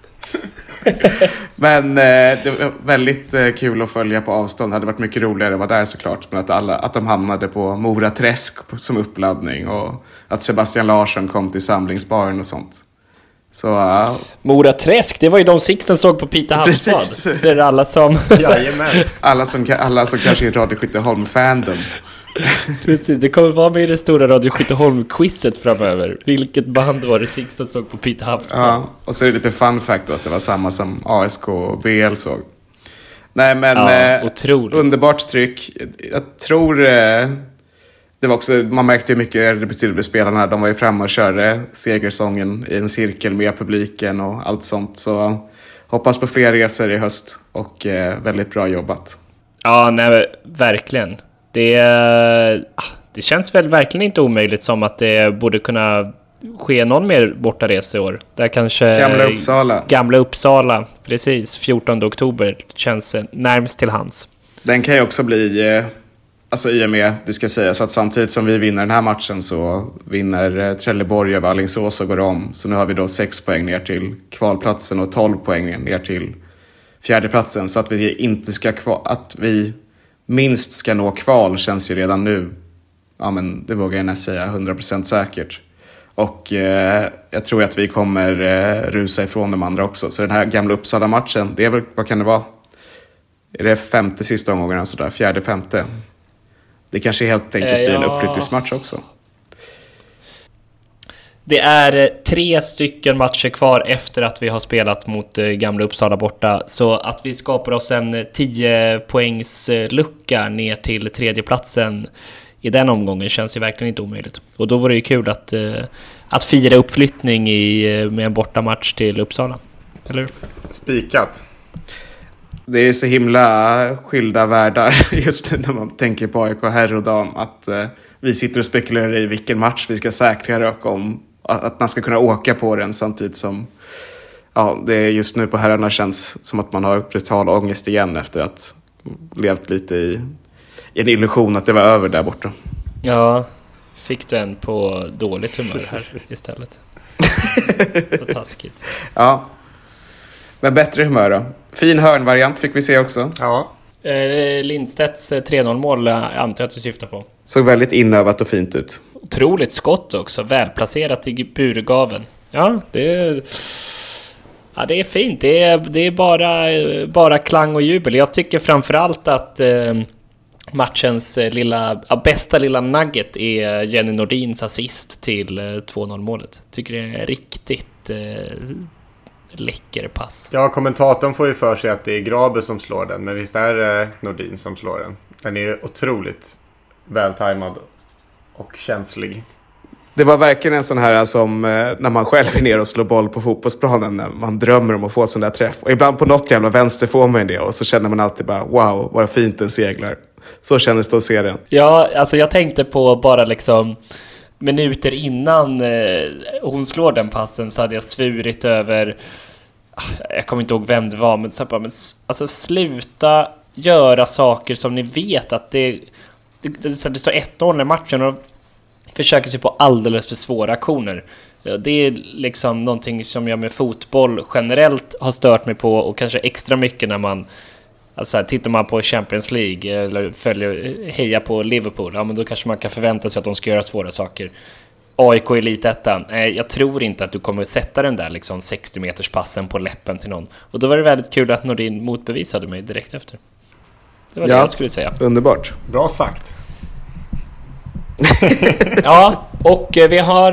Men eh, det var väldigt eh, kul att följa på avstånd. Det hade varit mycket roligare att vara där såklart. Men att, alla, att de hamnade på Mora Träsk som uppladdning. Och att Sebastian Larsson kom till samlingsbaren och sånt. Så, uh... Mora Träsk, det var ju de Sixten såg på Pita Havsbad. Det är alla som... alla som alla som kanske är Radio Skytteholm-fandom. Precis, det kommer vara med i det stora Radio Skytteholm-quizet framöver. Vilket band var det Sixten såg på Pita Havsbad? Ja, och så är det lite fun fact då, att det var samma som A S K och B L såg. Nej, men ja, eh, otroligt. Underbart tryck. Jag tror... Eh, det var också, man märkte hur mycket det betydde för spelarna. De var ju framme och körde segersången i en cirkel med publiken och allt sånt. Så hoppas på fler resor i höst och eh, väldigt bra jobbat. Ja, nej, verkligen. Det, det känns väl verkligen inte omöjligt som att det borde kunna ske någon mer bortaresa i år. Där kanske Gamla Uppsala. Gamla Uppsala, precis. fjortonde oktober känns närmast till hands. Den kan ju också bli... Eh, Alltså i och med, vi ska säga, så att samtidigt som vi vinner den här matchen så vinner Trelleborg över Alingsås och går om. Så nu har vi då sex poäng ner till kvalplatsen och tolv poäng ner till fjärdeplatsen. Så att vi inte ska kval, att vi minst ska nå kval känns ju redan nu, ja men det vågar jag nästan säga, hundra procent säkert. Och eh, jag tror att vi kommer eh, rusa ifrån de andra också. Så den här Gamla Uppsala-matchen, det är väl, vad kan det vara? Är det femte sista omgången, sådär, fjärde, femte? Det kanske helt enkelt blir en uppflyttningsmatch också. Det är tre stycken matcher kvar efter att vi har spelat mot Gamla Uppsala borta. Så att vi skapar oss en tio poängs lucka ner till tredjeplatsen i den omgången känns ju verkligen inte omöjligt. Och då var det ju kul att, att fira uppflyttning i, med en bortamatch till Uppsala. Eller hur? Spikat. Det är så himla skilda världar just nu när man tänker på A I K herr och dam. Att eh, vi sitter och spekulerar i vilken match vi ska säkra och om att man ska kunna åka på den samtidigt som ja, det är just nu på herrarna känns som att man har brutal ångest igen efter att levt lite i, i en illusion att det var över där borta. Ja, fick du en på dåligt humör här istället. Så taskigt. Ja. Men bättre humör då. Fin hörnvariant fick vi se också. Ja. Eh, Lindstedts tre noll-mål antar jag att du syftar på. Såg väldigt inövat och fint ut. Otroligt skott också. Välplacerat i burgaven. Ja, det är, ja, det är fint. Det är, det är bara, bara klang och jubel. Jag tycker framförallt att eh, matchens lilla, ja, bästa lilla nugget är Jenny Nordins assist till två noll målet. Tycker det är riktigt eh, läcker pass. Ja, kommentatorn får ju för sig att det är Grabe som slår den, men visst är det Nordin som slår den. Den är otroligt vältajmad och känslig. Det var verkligen en sån här som eh, när man själv är ner och slår boll på fotbollsplanen, när man drömmer om att få sån där träff. Och ibland på något jävla vänster får man det, och så känner man alltid bara wow, vad fint den seglar. Så kändes det att se den. Ja, alltså jag tänkte på bara liksom minuter innan eh, hon slår den passen, så hade jag svurit över, jag kommer inte ihåg vem det var, men, så bara, men alltså sluta göra saker som ni vet att det det, det, det står ett noll i matchen och försöker sig på alldeles för svåra aktioner. Det är liksom någonting som jag med fotboll generellt har stört mig på, och kanske extra mycket när man, alltså tittar man på Champions League eller följer, hejar på Liverpool, ja, men då kanske man kan förvänta sig att de ska göra svåra saker. A I K Elitettan, nej, jag tror inte att du kommer sätta den där liksom sextio meters passen på läppen till någon. Och då var det väldigt kul att Nordin motbevisade mig direkt efter. Det var ja, det jag skulle säga. Underbart. Bra sagt. Ja, och vi har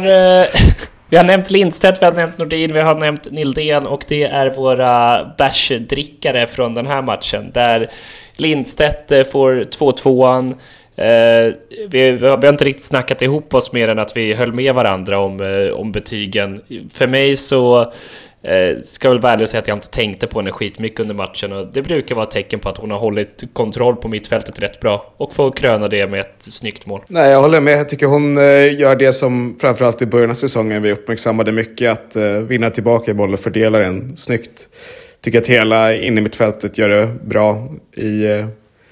vi har nämnt Lindstedt, vi har nämnt Nordin, vi har nämnt Nildén, och det är våra bärsdrickare från den här matchen, där Lindstedt får två tvåan. Eh, vi, vi har inte riktigt snackat ihop oss mer än att vi höll med varandra om, eh, om betygen. För mig så eh, ska jag väl vara ärlig och säga att jag inte tänkte på henne skitmycket under matchen, och det brukar vara ett tecken på att hon har hållit kontroll på mittfältet rätt bra, och får kröna det med ett snyggt mål. Nej, jag håller med. Jag tycker hon eh, gör det som framförallt i början av säsongen vi uppmärksammade mycket, att eh, vinna tillbaka boll och fördela den snyggt. Tycker att hela inne i mittfältet gör det bra i eh,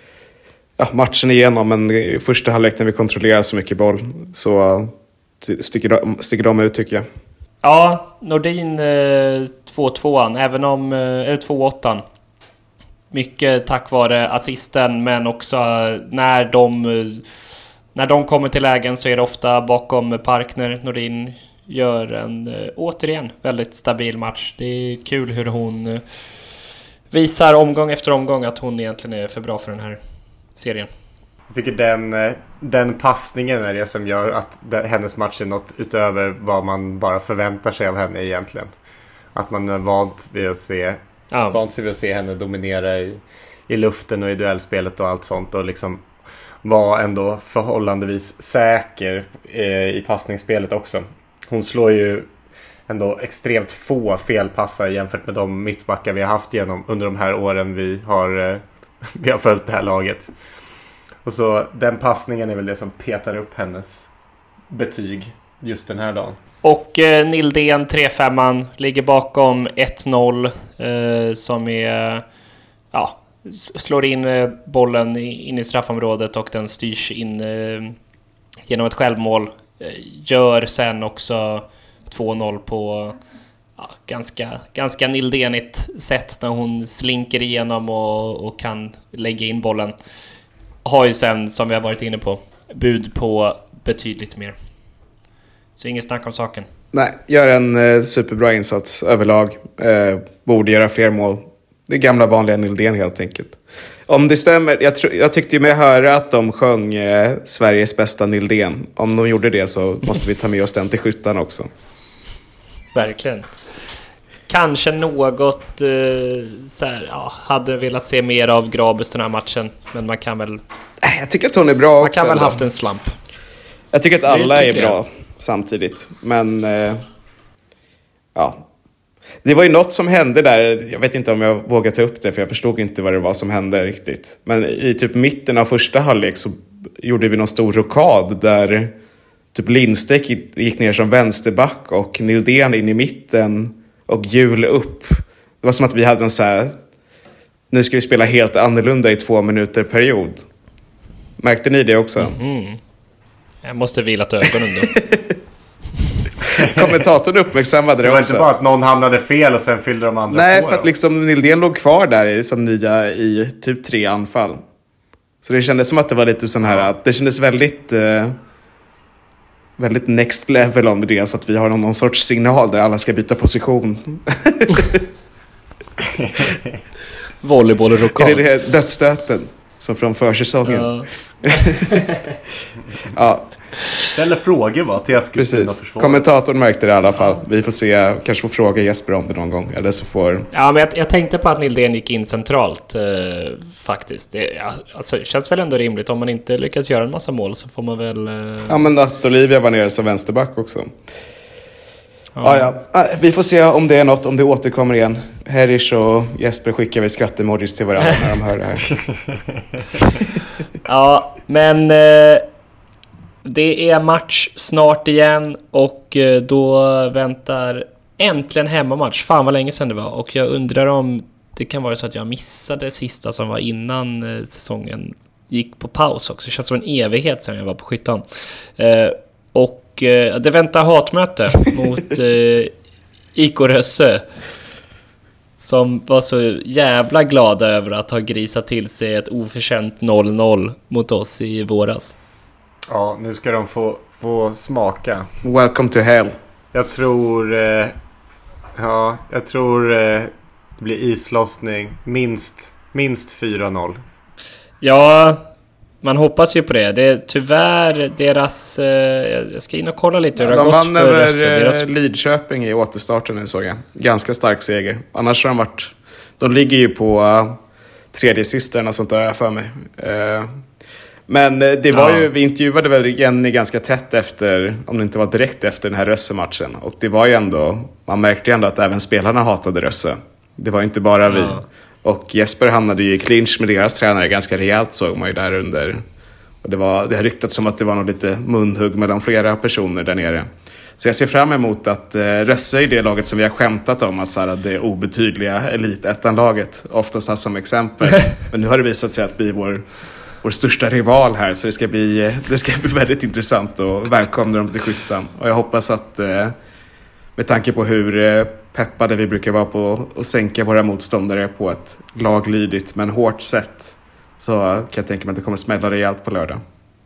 ja, matchen igenom, men i första halvlek när vi kontrollerar så mycket boll så sticker de, sticker de ut, tycker jag. Ja, Nordin eh, två tvåan, även om, eh, eller två åttan. Mycket tack vare assisten, men också när de, när de kommer till lägen så är det ofta bakom Parkner. Nordin gör en, eh, återigen, väldigt stabil match. Det är kul hur hon eh, visar omgång efter omgång att hon egentligen är för bra för den här serien. Jag tycker den, den passningen är det som gör att hennes match är något utöver vad man bara förväntar sig av henne egentligen. Att man är vant vid att se, ja. vant sig vid att se henne dominera i, i luften och i duellspelet och allt sånt, och liksom vara ändå förhållandevis säker eh, i passningsspelet också. Hon slår ju ändå extremt få felpassar jämfört med de mittbackar vi har haft genom under de här åren vi har eh, vi har följt det här laget. Och så den passningen är väl det som petar upp hennes betyg just den här dagen. Och eh, Nildén tre femman ligger bakom ett noll, eh, som är, ja, slår in eh, bollen in i straffområdet, och den styrs in eh, genom ett självmål. Eh, gör sen också två noll på ja, ganska, ganska Nildénigt sätt, när hon slinker igenom och, och kan lägga in bollen. Har ju sen, som vi har varit inne på, bud på betydligt mer. Så inget snack om saken. Nej, gör en eh, superbra insats överlag. Eh, borde göra fler mål. Det är gamla vanliga Nildén helt enkelt. Om det stämmer, jag, tro, jag tyckte ju med höra att de sjöng eh, Sveriges bästa Nildén. Om de gjorde det så måste vi ta med oss den till skyttan också. Verkligen. Kanske något eh, så här, ja, hade velat se mer av Grabus den här matchen, men man kan väl, jag tycker att hon är bra man också. Man kan väl ändå. haft en slump. Jag tycker att alla tycker är bra jag. samtidigt, men eh, ja. Det var ju något som hände där, jag vet inte om jag vågar ta upp det, för jag förstod inte vad det var som hände riktigt. Men i typ mitten av första halvlek så gjorde vi någon stor rokad där typ Lindstedt gick ner som vänsterback och Nildén in i mitten och Jul upp. Det var som att vi hade en så här, nu ska vi spela helt annorlunda i två minuter period. Märkte ni det också? Mm-hmm. Jag måste vilat ögonen då. Kommentatorn uppmärksammade det, det var också. inte bara att någon hamnade fel och sen fyllde de andra. Nej, på för att liksom Nildén låg kvar där som nia i typ tre anfall. Så det kändes som att det var lite sån här, att det kändes väldigt eh, väldigt next level om det, så att vi har någon, någon sorts signal där alla ska byta position. Volleyboll och rokad. Är det det dödsstöten? som från försäsongen. Ja. Ja, Ställer frågor va, till Eskilstuna precis. försvar. Kommentatorn märkte det i alla fall. Vi får se, kanske får fråga Jesper om det någon gång. Eller så får... Ja, men jag, jag tänkte på att Nildén gick in centralt eh, faktiskt. Det ja, alltså, känns väl ändå rimligt. Om man inte lyckas göra en massa mål så får man väl... Eh... Ja, men att Olivia var nere som vänsterback också. Ja. Ja, ja. Vi får se om det är något, om det återkommer igen. Herish och Jesper skickar vi skrattemojis till varandra när de hör det här. Ja, men eh, det är match snart igen och eh, då väntar äntligen hemmamatch. Fan vad länge sedan det var. Och jag undrar om det kan vara så att jag missade sista som var innan eh, säsongen gick på paus också. Det känns som en evighet sedan jag var på Skyttan. Eh, och eh, det väntar hatmöte mot eh, I K Rösse. Som var så jävla glada över att ha grisat till sig ett oförtjänt noll noll mot oss i våras. Ja, nu ska de få, få smaka. Welcome to hell. Jag tror... Eh, ja, jag tror eh, det blir islossning. Minst, minst fyra noll. Ja, man hoppas ju på det. Det är tyvärr deras... Eh, jag ska in och kolla lite hur Ja, det har de gått vann för över Rösse. Deras... Lidköping i återstarten nu, såg jag. Ganska stark seger. Annars har de varit... De ligger ju på uh, tredje sista och sånt där för mig. Uh, men uh, det var ja. ju... Vi intervjuade väl Jenny ganska tätt efter... Om det inte var direkt efter den här Rösse-matchen. Och det var ju ändå... Man märkte ju ändå att även spelarna hatade Rösse. Det var inte bara vi. Ja. Och Jesper hamnade ju i clinch med deras tränare ganska rejält, såg man ju där under. Och det, var, det har ryktats som att det var något lite munhugg mellan flera personer där nere. Så jag ser fram emot att eh, Rösse i det laget som vi har skämtat om, att, så här, att det obetydliga elitettan-laget oftast har som exempel. Men nu har det visat sig att bli vår, vår största rival här, så det ska bli, det ska bli väldigt intressant och välkomna dem till Skyttan. Och jag hoppas att eh, med tanke på hur eh, peppade vi brukar vara på att sänka våra motståndare på ett laglydigt men hårt sätt, så kan jag tänka mig att det kommer smälla rejält på lördag.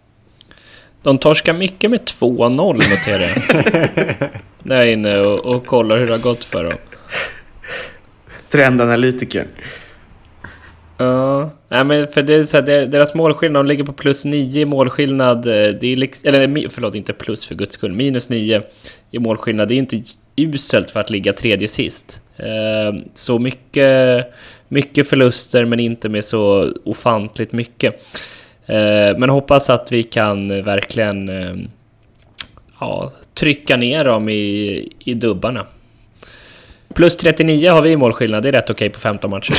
De torskar mycket med två noll, noterar jag. Där jag är inne och, och kollar hur det har gått för dem. Trendanalytiker. Ja, nej, men för det är så här, deras målskillnad, de ligger på plus nio i målskillnad. Det är liksom, eller förlåt, inte plus för guds skull, minus nio i målskillnad. Det är inte uselt för att ligga tredje sist. Så mycket, mycket förluster, men inte med så ofantligt mycket. Men hoppas att vi kan verkligen ja, trycka ner dem i, i dubbarna. Plus trettionio har vi i målskillnad. Det är rätt okej på femton matcher.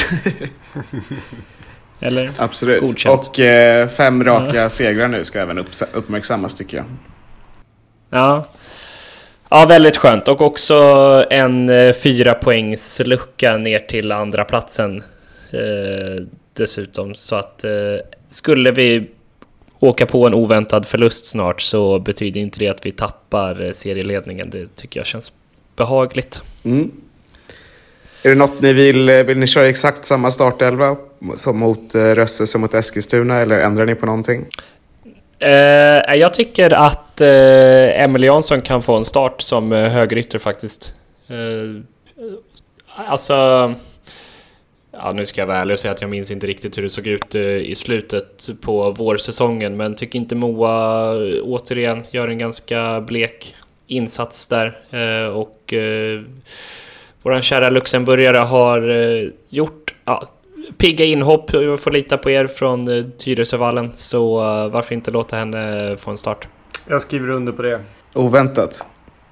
Eller? Absolut. Godkänt. Och eh, fem raka ja. segrar nu ska även upp, uppmärksammas, tycker jag. Ja. Ja, väldigt skönt. Och också en eh, fyra poängs lucka ner till andra platsen eh, dessutom. Så att eh, skulle vi åka på en oväntad förlust snart, så betyder inte det att vi tappar serieledningen. Det tycker jag känns behagligt. Mm. Är det något ni vill, vill ni köra exakt samma startelva som mot Rösse som mot Eskilstuna, eller ändrar ni på någonting? Uh, jag tycker att uh, Emil Jansson kan få en start som uh, högerytter faktiskt. Uh, alltså, ja, nu ska jag vara ärlig och säga att jag minns inte riktigt hur det såg ut uh, i slutet på vårsäsongen, men tycker inte Moa uh, återigen gör en ganska blek insats där. Uh, och uh, våran kära luxemburgare har uh, gjort ja, pigga inhopp. Jag får lita på er från uh, Tyresövallen, så uh, varför inte låta henne få en start? Jag skriver under på det. Oväntat.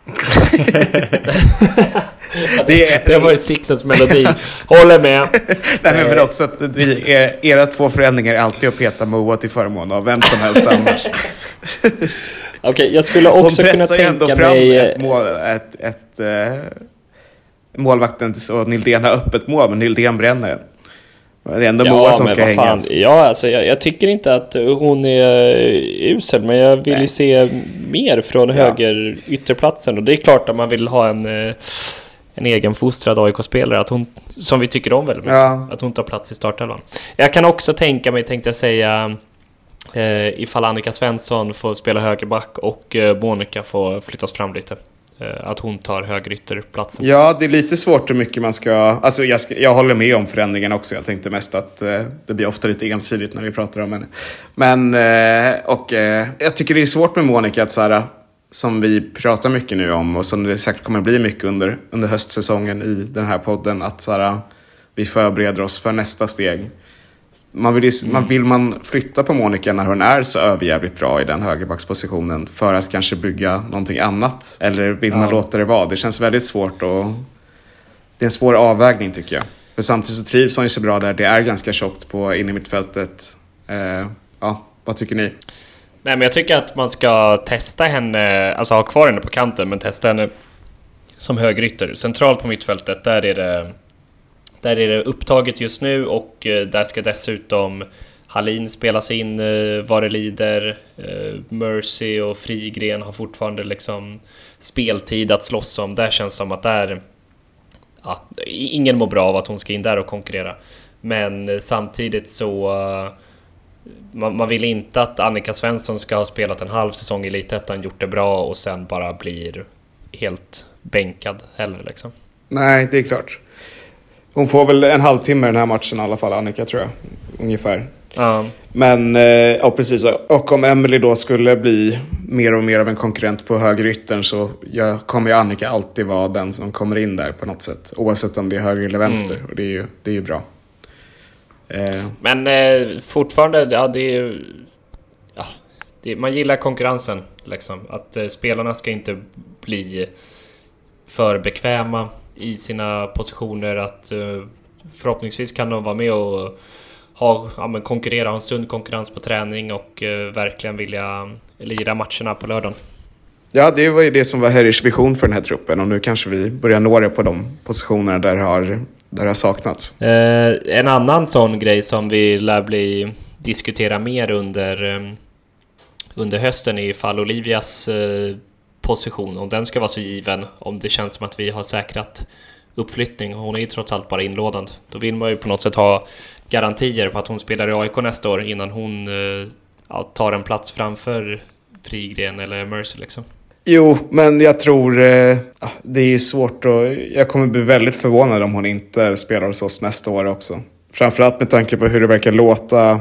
det, är, det har varit Sixens melodi. Håller med. Nej, men också att det är, era två förändringar är alltid att peta Moa till förmån av vem som helst annars. Okej, okay, jag skulle också kunna tänka mig ett mål, ett, ett, ett målvakten och Nildén har öppet mål, men Nildén bränner den. Det är ändå ja, Moa som ska hängas. Ja, alltså jag, jag tycker inte att hon är usel, men jag vill ju se mer från ja. höger ytterplatsen. Och det är klart att man vill ha en, en egen fostrad A I K-spelare, att hon, som vi tycker om väldigt mycket, ja. att hon tar plats i startelvan. Jag kan också tänka mig, tänkte jag säga, eh, ifall Annika Svensson får spela högerback och eh, Monica får flyttas fram lite. att hon tar högerytterplatsen. Ja, det är lite svårt hur mycket man ska... Alltså jag, ska, jag håller med om förändringen också. Jag tänkte mest att eh, det blir ofta lite ensidigt när vi pratar om henne. Men, eh, och eh, jag tycker det är svårt med Monica att så här, som vi pratar mycket nu om och som det säkert kommer bli mycket under, under höstsäsongen i den här podden, att så här, vi förbereder oss för nästa steg. Man vill, mm. man vill man flytta på Monica när hon är så överjävligt bra i den högerbackspositionen för att kanske bygga någonting annat? Eller vill ja. man låta det vara? Det känns väldigt svårt och det är en svår avvägning tycker jag. För samtidigt så trivs hon ju så bra där. Det är ganska tjockt på in i mittfältet. Eh, ja, vad tycker ni? Nej, men jag tycker att man ska testa henne, alltså ha kvar henne på kanten, men testa henne som högerytter. Centralt på mittfältet, där är det Där är det upptaget just nu och där ska dessutom Hallin spelas in vad det lider. Mercy och Frigren har fortfarande liksom speltid att slåss om. Där känns som att där, ja, ingen mår bra av att hon ska in där och konkurrera. Men samtidigt så man, man vill inte att Annika Svensson ska ha spelat en halv säsong i Elitettan, gjort det bra och sen bara blir helt bänkad heller liksom. Nej, det är klart. Hon får väl en halvtimme den här matchen i alla fall, Annika, tror jag. Ungefär. Ja. Men, ja precis. Och om Emily då skulle bli mer och mer av en konkurrent på högeryttern så jag, kommer ju Annika alltid vara den som kommer in där på något sätt. Oavsett om det är höger eller vänster. Mm. Och det är ju, det är ju bra. Eh. Men eh, fortfarande, ja det är ju... Ja, det, man gillar konkurrensen liksom. Att eh, spelarna ska inte bli för bekväma i sina positioner, att uh, förhoppningsvis kan de vara med och ha, ja, men konkurrera, ha en sund konkurrens på träning och uh, verkligen vilja lira matcherna på lördagen. Ja, det var ju det som var Herrish vision för den här truppen och nu kanske vi börjar nå det på de positionerna där det har, där det har saknats. Uh, en annan sån grej som vi lär bli diskutera mer under, um, under hösten är ifall Olivias uh, position, om den ska vara så given, om det känns som att vi har säkrat uppflyttning. Hon är ju trots allt bara inlådad. Då vill man ju på något sätt ha garantier på att hon spelar i A I K nästa år innan hon ja, tar en plats framför Frigren eller Mercy liksom. Jo, men jag tror eh, det är svårt och jag kommer bli väldigt förvånad om hon inte spelar hos oss nästa år också. Framförallt med tanke på hur det verkar låta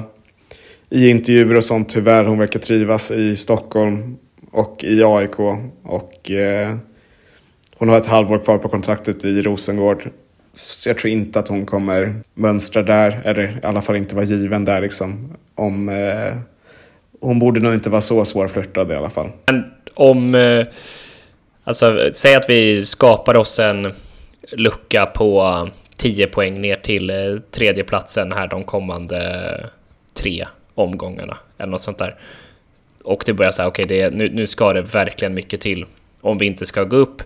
i intervjuer och sånt. Tyvärr, hon verkar trivas i Stockholm och i A I K och eh, hon har ett halvår kvar på kontraktet i Rosengård, så jag tror inte att hon kommer mönstra där, eller i alla fall inte vara given där liksom. Om, eh, hon borde nog inte vara så svårflörtad i alla fall. Men om eh, alltså, säg att vi skapar oss en lucka på tio poäng ner till eh, tredje platsen här de kommande tre omgångarna eller något sånt där. Och det börjar säga, okej, okay, nu, nu ska det verkligen mycket till. Om vi inte ska gå upp,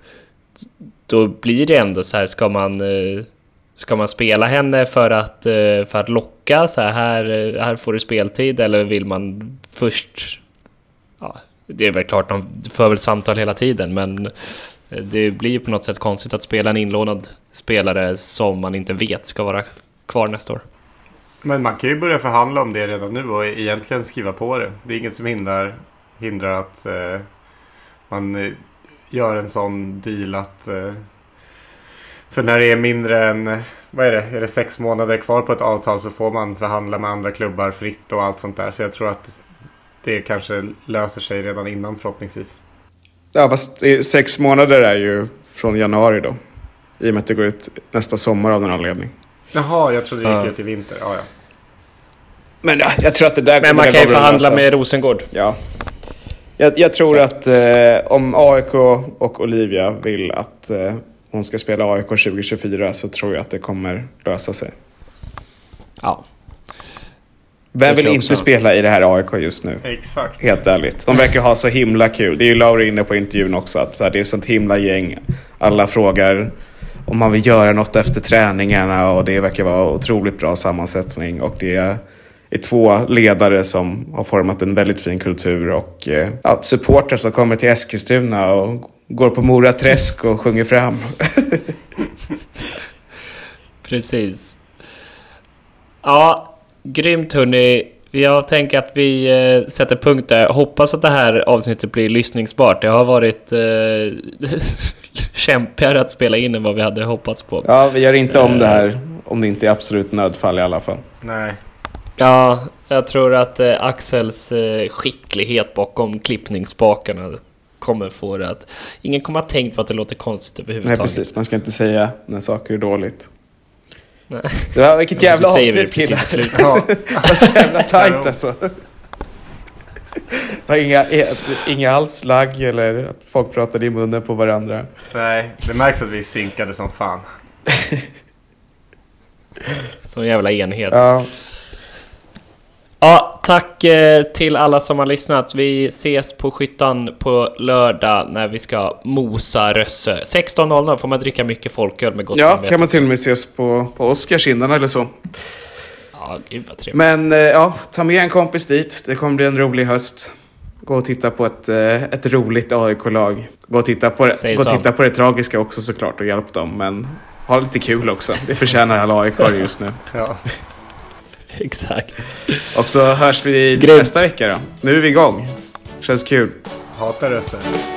då blir det ändå så här, ska man, ska man spela henne för att, för att locka så här, här, här får du speltid, eller vill man först, ja, det är väl klart, de för väl samtal hela tiden, men det blir på något sätt konstigt att spela en inlånad spelare som man inte vet ska vara kvar nästa år. Men man kan ju börja förhandla om det redan nu och egentligen skriva på det. Det är inget som hindrar, hindrar att eh, man eh, gör en sån deal att... Eh, för när det är mindre än... Vad är det? Är det sex månader kvar på ett avtal så får man förhandla med andra klubbar fritt och allt sånt där. Så jag tror att det kanske löser sig redan innan förhoppningsvis. Ja, fast sex månader är ju från januari då. I och med att det går ut nästa sommar av den anledning. Jaha, jag trodde det gick ut i vinter. Ja, ja. Men ja, jag tror att det där... Men man kan ju förhandla med Rosengård. Ja. Jag, jag tror Säkert. att eh, om A I K och Olivia vill att eh, hon ska spela A I K tjugo tjugofyra så tror jag att det kommer lösa sig. Ja. Vem vill inte spela i det här A I K just nu? Exakt. Helt ärligt. De verkar ha så himla kul. Det är ju Laura inne på intervjun också. Att så här, det är sånt himla gäng. Alla frågar om man vill göra något efter träningarna. Och det verkar vara otroligt bra sammansättning. Och det är två ledare som har format en väldigt fin kultur. Och ja, supportrar som kommer till Eskilstuna och går på Mora Träsk och sjunger fram. Precis. Ja, grymt hörni. Jag tänker att vi eh, sätter punkt där. Hoppas att det här avsnittet blir lyssningsbart. Det har varit eh, kämpigare att spela in än vad vi hade hoppats på. Ja, vi gör inte om det här om det inte är absolut nödfall i alla fall. Nej. Ja, jag tror att eh, Axels eh, skicklighet bakom klippningsspakarna kommer få det att... Ingen kommer ha tänkt på att det låter konstigt överhuvudtaget. Nej, precis. Man ska inte säga när saker är dåligt. Nej. Det var vilket jävla avsnitt, killar. Ja. Det var så jävla tajt alltså. Det var inga, inga alls lagg eller att folk pratade i munnen på varandra. Nej, det märks att vi synkade som fan. Sån jävla enhet. Ja. Ja, tack eh, till alla som har lyssnat. Vi ses på Skyttan på lördag när vi ska mosa Rössö. sexton noll noll får man dricka mycket folköl med gott Ja, samvete. kan man till och med ses på, på Oscarsinnan eller så. Ja, gud vad trevligt. Men eh, ja, ta med en kompis dit. Det kommer bli en rolig höst. Gå och titta på ett, eh, ett roligt A I K-lag. Gå och titta på det, gå och titta på det tragiska också såklart och hjälp dem. Men ha lite kul också. Det förtjänar alla A I K just nu. Ja. Exakt. Och så hörs vi Grymt. nästa vecka då. Nu är vi igång. Känns kul. Hatar Rössö.